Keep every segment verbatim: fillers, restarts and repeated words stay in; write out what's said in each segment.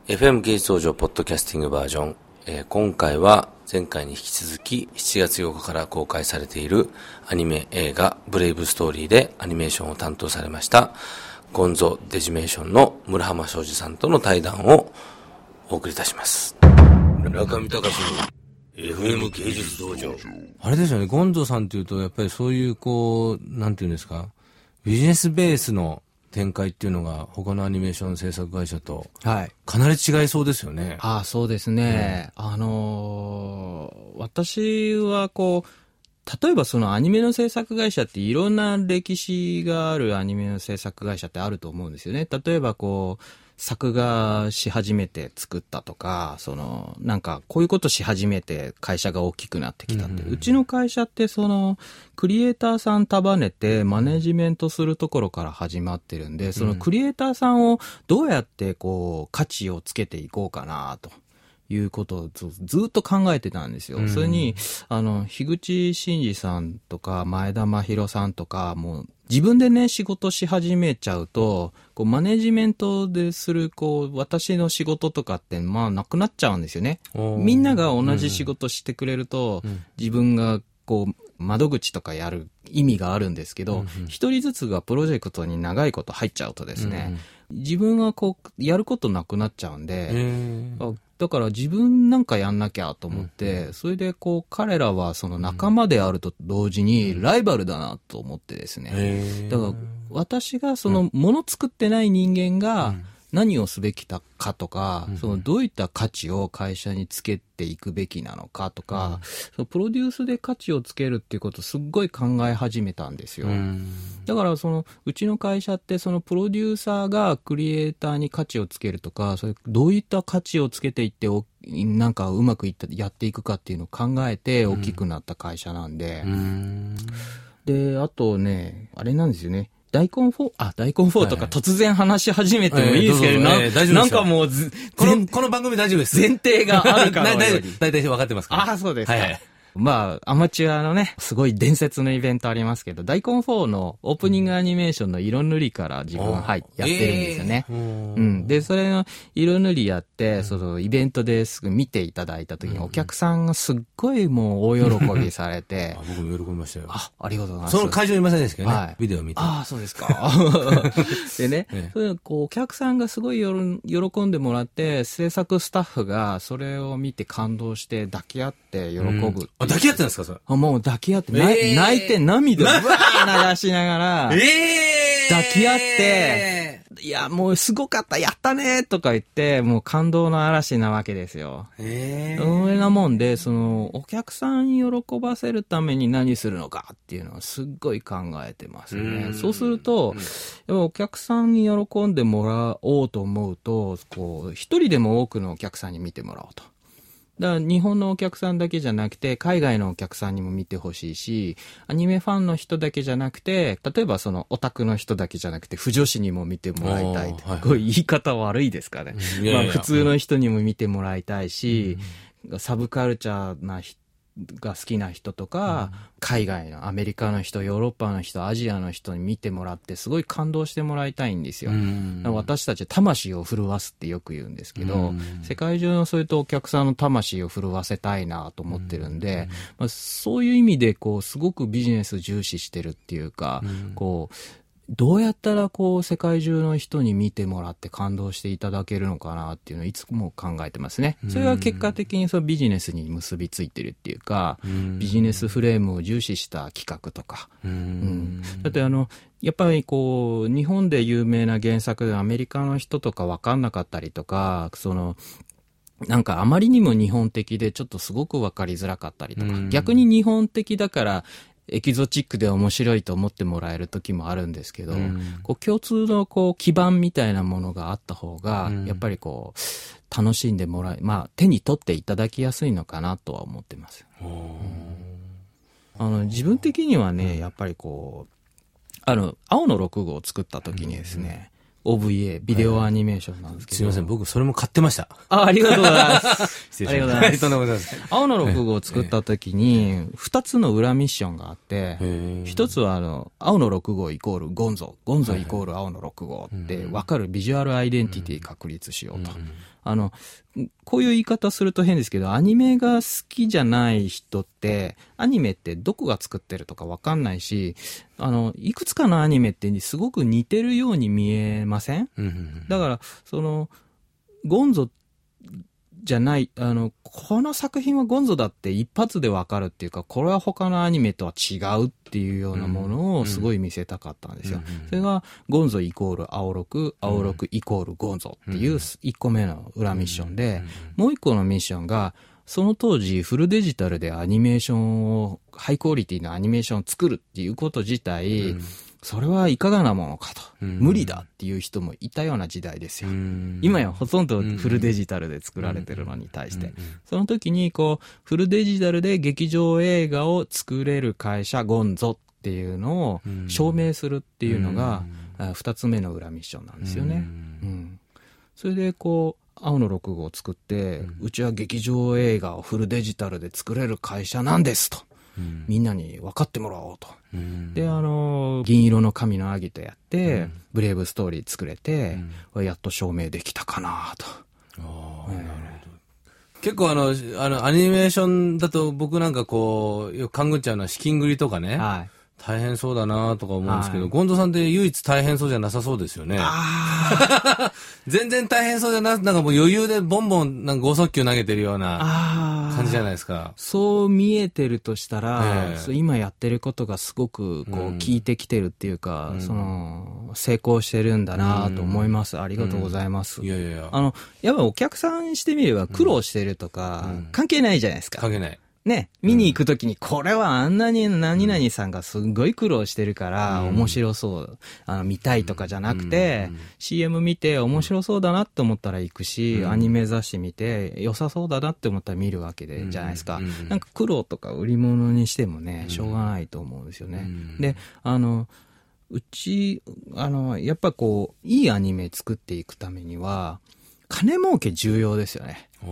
エフエム 芸術道場ポッドキャスティングバージョン、えー、今回は前回に引き続きしちがつようかから公開されているアニメ映画ブレイブストーリーでアニメーションを担当されましたゴンゾデジメーションの村浜昌司さんとの対談をお送りいたします。中見隆の エフエム 芸術道場。あれですよね、ゴンゾさんというとやっぱりそういうこうなんていうんですか、ビジネスベースの展開っていうのが他のアニメーション制作会社とかなり違いそうですよね。 はい、ああ、そうですね、うん、あのー、私はこう例えばそのアニメの制作会社っていろんな歴史があるアニメの制作会社ってあると思うんですよね。例えばこう作画し始めて作ったとか、そのなんかこういうことし始めて会社が大きくなってきたって、うんうん、うちの会社ってそのクリエイターさん束ねてマネジメントするところから始まってるんで、そのクリエイターさんをどうやってこう価値をつけていこうかなということをず, ずっと考えてたんですよ。うん、それにあの樋口真嗣さんとか前田真宏さんとかもう自分でね仕事し始めちゃうとこうマネジメントでするこう私の仕事とかってまあなくなっちゃうんですよね。みんなが同じ仕事してくれると、うん、自分がこう窓口とかやる意味があるんですけど、一、うん、人ずつがプロジェクトに長いこと入っちゃうとですね、うん、自分がこうやることなくなっちゃうんで、だから自分なんかやんなきゃと思って、うん、それでこう彼らはその仲間であると同時にライバルだなと思ってですね、だから私がそのもの作ってない人間が何をすべきかとか、うん、そのどういった価値を会社につけていくべきなのかとか、うん、そのプロデュースで価値をつけるっていうことをすっごい考え始めたんですよ。うん、だからそのうちの会社ってそのプロデューサーがクリエイターに価値をつけるとか、それどういった価値をつけていってなんかうまくいったやっていくかっていうのを考えて大きくなった会社なんで、うん、であとねあれなんですよね、大根フォー、あ、大根フォーとか突然話し始めてもいいですけど、はいはい、な, なんかもうずこの、この番組大丈夫です。 前提があるから大体分かってますから。 あ、そうですか。はいはい、まあ、アマチュアのね、すごい伝説のイベントありますけど、大根フォーのオープニングアニメーションの色塗りから自分、はい、やってるんですよね。えー、うん。で、それの色塗りやって、そのイベントですぐ見ていただいた時に、お客さんがすっごいもう大喜びされて。 あ、僕も喜びましたよ。 あ、ありがとうございます。 その会場にいませんでしたけどね、はい、ビデオ見て。 ああ、そうですか。でね、ええ、それこうお客さんがすごいよろ喜んでもらって、制作スタッフがそれを見て感動して抱き合って喜ぶ、うん。 あ、抱き合ってんですかそれ。 あ、もう抱き合って、えー、泣いて涙をぶわー流しながら、えー、抱き合って、いや、もうすごかった、やったねとか言って、もう感動の嵐なわけですよ。えー、それなもんで、その、お客さんに喜ばせるために何するのかっていうのはすっごい考えてますね。そうすると、やっぱお客さんに喜んでもらおうと思うと、こう、一人でも多くのお客さんに見てもらおうと。だから日本のお客さんだけじゃなくて海外のお客さんにも見てほしいし、アニメファンの人だけじゃなくて、例えばそのオタクの人だけじゃなくて腐女子にも見てもらいたい、はい、こう言い方悪いですかね、うん、いやいや、まあ、普通の人にも見てもらいたいし、うん、サブカルチャーな人が好きな人とか、うん、海外のアメリカの人、ヨーロッパの人、アジアの人に見てもらってすごい感動してもらいたいんですよ。うん、私たち魂を震わすってよく言うんですけど、うん、世界中のそういったお客さんの魂を震わせたいなと思ってるんで、うんまあ、そういう意味でこうすごくビジネス重視してるっていうか、うん、こうどうやったらこう世界中の人に見てもらって感動していただけるのかなっていうのをいつも考えてますね。それが結果的にそのビジネスに結びついてるっていうか、ビジネスフレームを重視した企画とか、うん、だってあのやっぱりこう日本で有名な原作でアメリカの人とか分かんなかったりとか、そのなんかあまりにも日本的でちょっとすごく分かりづらかったりとか、逆に日本的だからエキゾチックで面白いと思ってもらえる時もあるんですけど、うん、こう共通のこう基盤みたいなものがあった方が、うん、やっぱりこう楽しんでもらえ、まあ手に取っていただきやすいのかなとは思ってます。うん、あの自分的にはね、やっぱりこうあの青のろく号を作った時にですね、オーブイエー ビデオアニメーションなんですけど、 すいません、僕それも買ってました。 あ、ありがとうございます失礼しました。ありがとうございます。 青のろく号を作った時にふたつの裏ミッションがあって、一つはあの青のろく号イコールゴンゾゴンゾイコール青のろく号って分かるビジュアルアイデンティティ確立しようと、 あの、こういう言い方すると変ですけど、アニメが好きじゃない人って、アニメってどこが作ってるとかわかんないし、あの、いくつかのアニメってすごく似てるように見えません？だから、その、ゴンゾじゃない、あの、この作品はゴンゾだって一発でわかるっていうか、これは他のアニメとは違うっていうようなものをすごい見せたかったんですよ。それが、ゴンゾイコール青六、青六イコールゴンゾっていういっこめの裏ミッションで、もういっこのミッションが、その当時フルデジタルでアニメーションを、ハイクオリティのアニメーションを作るっていうこと自体、それはいかがなものかと、うん、無理だっていう人もいたような時代ですよ。うん、今やほとんどフルデジタルで作られてるのに対して、うん、その時にこうフルデジタルで劇場映画を作れる会社ゴンゾっていうのを証明するっていうのが二つ目の裏ミッションなんですよね。うん、それでこう青のろく号を作って、うん、うちは劇場映画をフルデジタルで作れる会社なんですと。うん、みんなに分かってもらおうと。うん、で、あの、銀色の神のアギトやって、うん、ブレイブストーリー作れて、うん、やっと証明できたかなと。 ああ、えー、なるほど。結構あの、あの、アニメーションだと僕なんかこう、よく勘ぐっちゃうのは資金繰りとかね。はい。大変そうだなとか思うんですけど、はい、ゴンゾさんって唯一大変そうじゃなさそうですよね。あ全然大変そうじゃな、なんかもう余裕でボンボンなんか剛速球投げてるような感じじゃないですか。 そう見えてるとしたら、えー、今やってることがすごくこう効いてきてるっていうか、うん、その成功してるんだなと思います、うん。ありがとうございます。うん、いやいやいや。あの、やっぱお客さんしてみれば苦労してるとか、うん、関係ないじゃないですか。 関係ない。 ね、見に行くときに、これはあんなに何々さんがすごい苦労してるから、面白そう、あの、見たいとかじゃなくて、シーエム 見て面白そうだなって思ったら行くし、アニメ雑誌見て良さそうだなって思ったら見るわけで、じゃないですか。なんか苦労とか売り物にしてもね、しょうがないと思うんですよね。で、あの、うち、あの、やっぱこう、いいアニメ作っていくためには、金儲け重要ですよね。うん、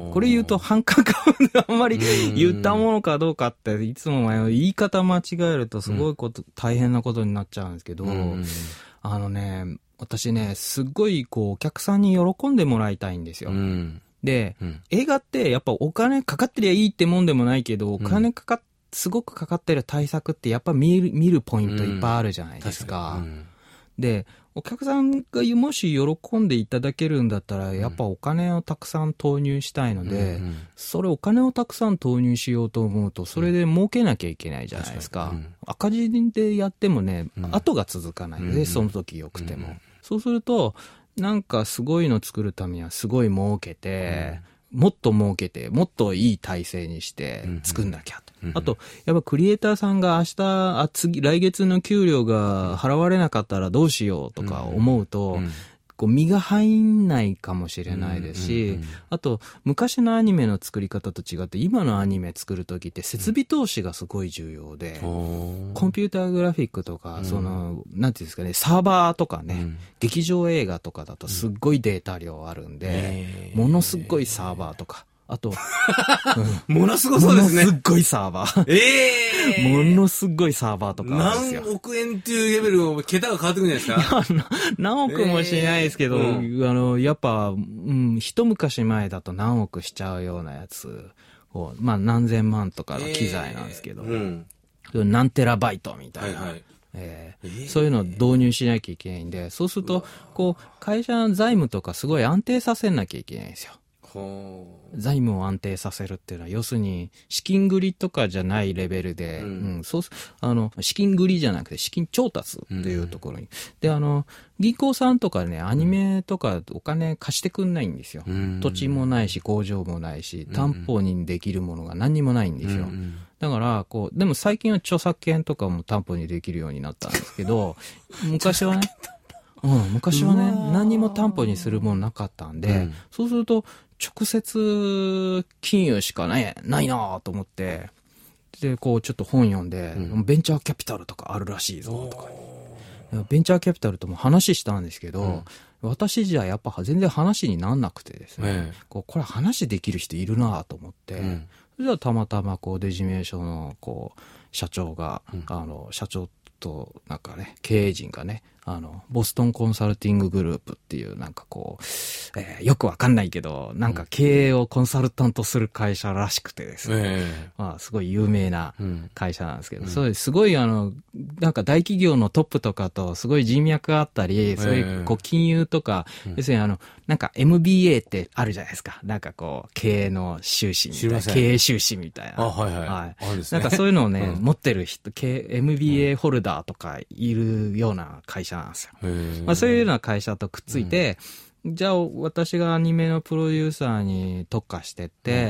これ言うと反感かあんまり言ったものかどうかっていつも言い方間違えるとすごいこと、うん、大変なことになっちゃうんですけど、うん、あのね、私ね、すっごいこうお客さんに喜んでもらいたいんですよ。うん、で、うん、映画ってやっぱお金かかってりゃいいってもんでもないけど、お金かかっ、すごくかかってる対策ってやっぱ見る、見るポイントいっぱいあるじゃないですか。うん、で、お客さんがもし喜んでいただけるんだったら、やっぱお金をたくさん投入したいので、うんうん、それお金をたくさん投入しようと思うと、それで儲けなきゃいけないじゃないですか。うん、赤字でやってもね、うん、後が続かないので、うん、その時良くても。うん、そうすると、なんかすごいの作るためにはすごい儲けて、うん、もっと儲けて、もっといい体制にして作んなきゃと。うんうん、あと、やっぱクリエイターさんが明日、あ、次、来月の給料が払われなかったらどうしようとか思うと、うんうん、こう身が入んないかもしれないですし、うんうんうん、あと、昔のアニメの作り方と違って、今のアニメ作るときって設備投資がすごい重要で、うん、コンピューターグラフィックとか、うん、その、なんていうんですかね、サーバーとかね、うん、劇場映画とかだとすっごいデータ量あるんで、うん、ものすっごいサーバーとか、あと、 うん、ものすごそうですね。 ものすっごいサーバー。 ええー、 ものすごいサーバーとかあるんですよ。 何億円っていうレベルを、桁が変わってくるんじゃないですか。 いや、何億もしないですけど、えーうん、あの、やっぱ、うん、一昔前だと何億しちゃうようなやつを、まあ何千万とかの機材なんですけど、えーうん、何テラバイトみたいな。はいはい、えーえー、そういうのを導入しなきゃいけないんで、そうすると、こう、会社の財務とかすごい安定させなきゃいけないんですよ。財務を安定させるっていうのは、要するに、資金繰りとかじゃないレベルで、うんうん、そうす、あの、資金繰りじゃなくて、資金調達っていうところに。うん、で、あの、銀行さんとかね、アニメとかお金貸してくんないんですよ。うん、土地もないし、工場もないし、担保にできるものが何にもないんですよ。うん、だから、こう、でも最近は著作権とかも担保にできるようになったんですけど、昔はね、うん、昔はね、何にも担保にするものなかったんで、うん、そうすると、直接金融しかね、ないなと思って、で、こうちょっと本読んで、うん、ベンチャーキャピタルとかあるらしいぞとか、ベンチャーキャピタルとも話したんですけど、うん、私じゃやっぱ全然話になんなくてですね、うん、こうこれ話できる人いるなと思って、うん、それじゃたまたまこうデジメーションのこう社長が、うん、あの社長となんかね経営陣がねあの、ボストンコンサルティンググループっていう、なんかこう、えー、よくわかんないけど、なんか経営をコンサルタントする会社らしくてですね。えー、まあ、すごい有名な会社なんですけど、うん、そうです。すごいあの、なんか大企業のトップとかとすごい人脈があったり、そういうこう金融とか、えー、要するにあの、なんか エムビーエー ってあるじゃないですか。なんかこう、経営の修士みたいな。経営修士みたいな。 あ、はいはい。はい、あるんですね。 なんかそういうのをね、うん、持ってる人、エムビーエー ホルダーとかいるような会社なんですよ。まあ、そういうような会社とくっついて、うん、じゃあ私がアニメのプロデューサーに特化してって、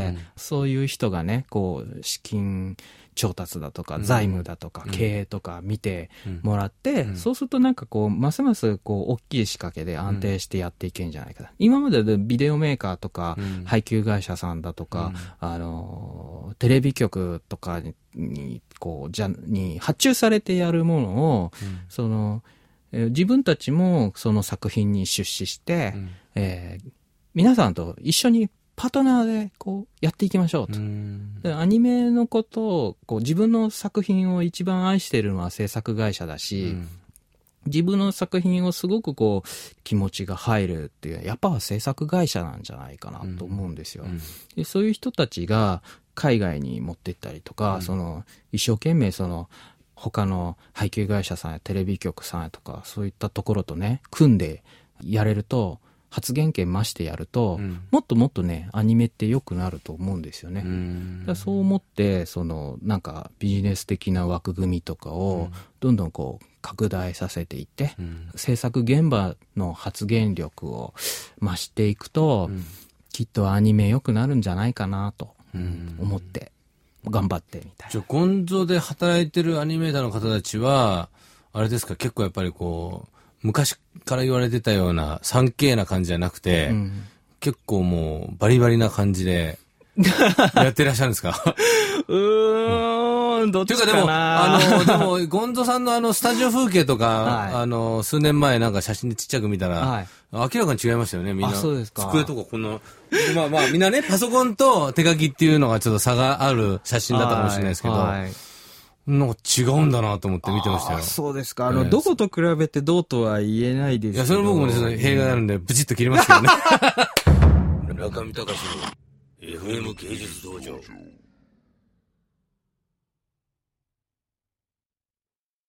うん、そういう人がね、こう、資金調達だとか、財務だとか、うん、経営とか見てもらって、うん、そうするとなんかこう、ますますこう、大きい仕掛けで安定してやっていけんじゃないかな。うん、今まででビデオメーカーとか、うん、配給会社さんだとか、うん、あの、テレビ局とかに、こう、じゃ、に発注されてやるものを、うん、その、自分たちもその作品に出資して、うん、えー、皆さんと一緒にパートナーでこうやっていきましょうと。でアニメのことをこう自分の作品を一番愛しているのは制作会社だし、うん、自分の作品をすごくこう気持ちが入るっていうやっぱ制作会社なんじゃないかなと思うんですよ。うんうん、でそういう人たちが海外に持って行ったりとか、うん、その一生懸命その他の配給会社さんやテレビ局さんやとかそういったところとね組んでやれると発言権増してやると、うん、もっともっとねアニメって良くなると思うんですよね。うんだそう思ってそのなんかビジネス的な枠組みとかをどんどんこう拡大させていって、うん、制作現場の発言力を増していくと、うん、きっとアニメ良くなるんじゃないかなと思って。頑張ってみたいな。 じゃあ、ゴンゾで働いてるアニメーターの方たちは、あれですか、結構やっぱりこう、昔から言われてたような スリーケー な感じじゃなくて、うん、結構もうバリバリな感じで、やってらっしゃるんですかうーん、どっちかな。ていうかでも、 あの、でも、ゴンゾさんのあの、スタジオ風景とか、はい、あの、数年前なんか写真でちっちゃく見たら、はい、明らかに違いましたよね、みんな。 あ、そうですか。 机とかこの、まあまあ、みんなね、パソコンと手書きっていうのがちょっと差がある写真だったかもしれないですけど、はいはい、なんか違うんだなと思って見てましたよ。 あ、そうですか。あの、えー、どこと比べてどうとは言えないですけど。 いや、それ僕もね、弊害あるんで、ブチッと切りますけどね。中見隆の エフエム 芸術道場。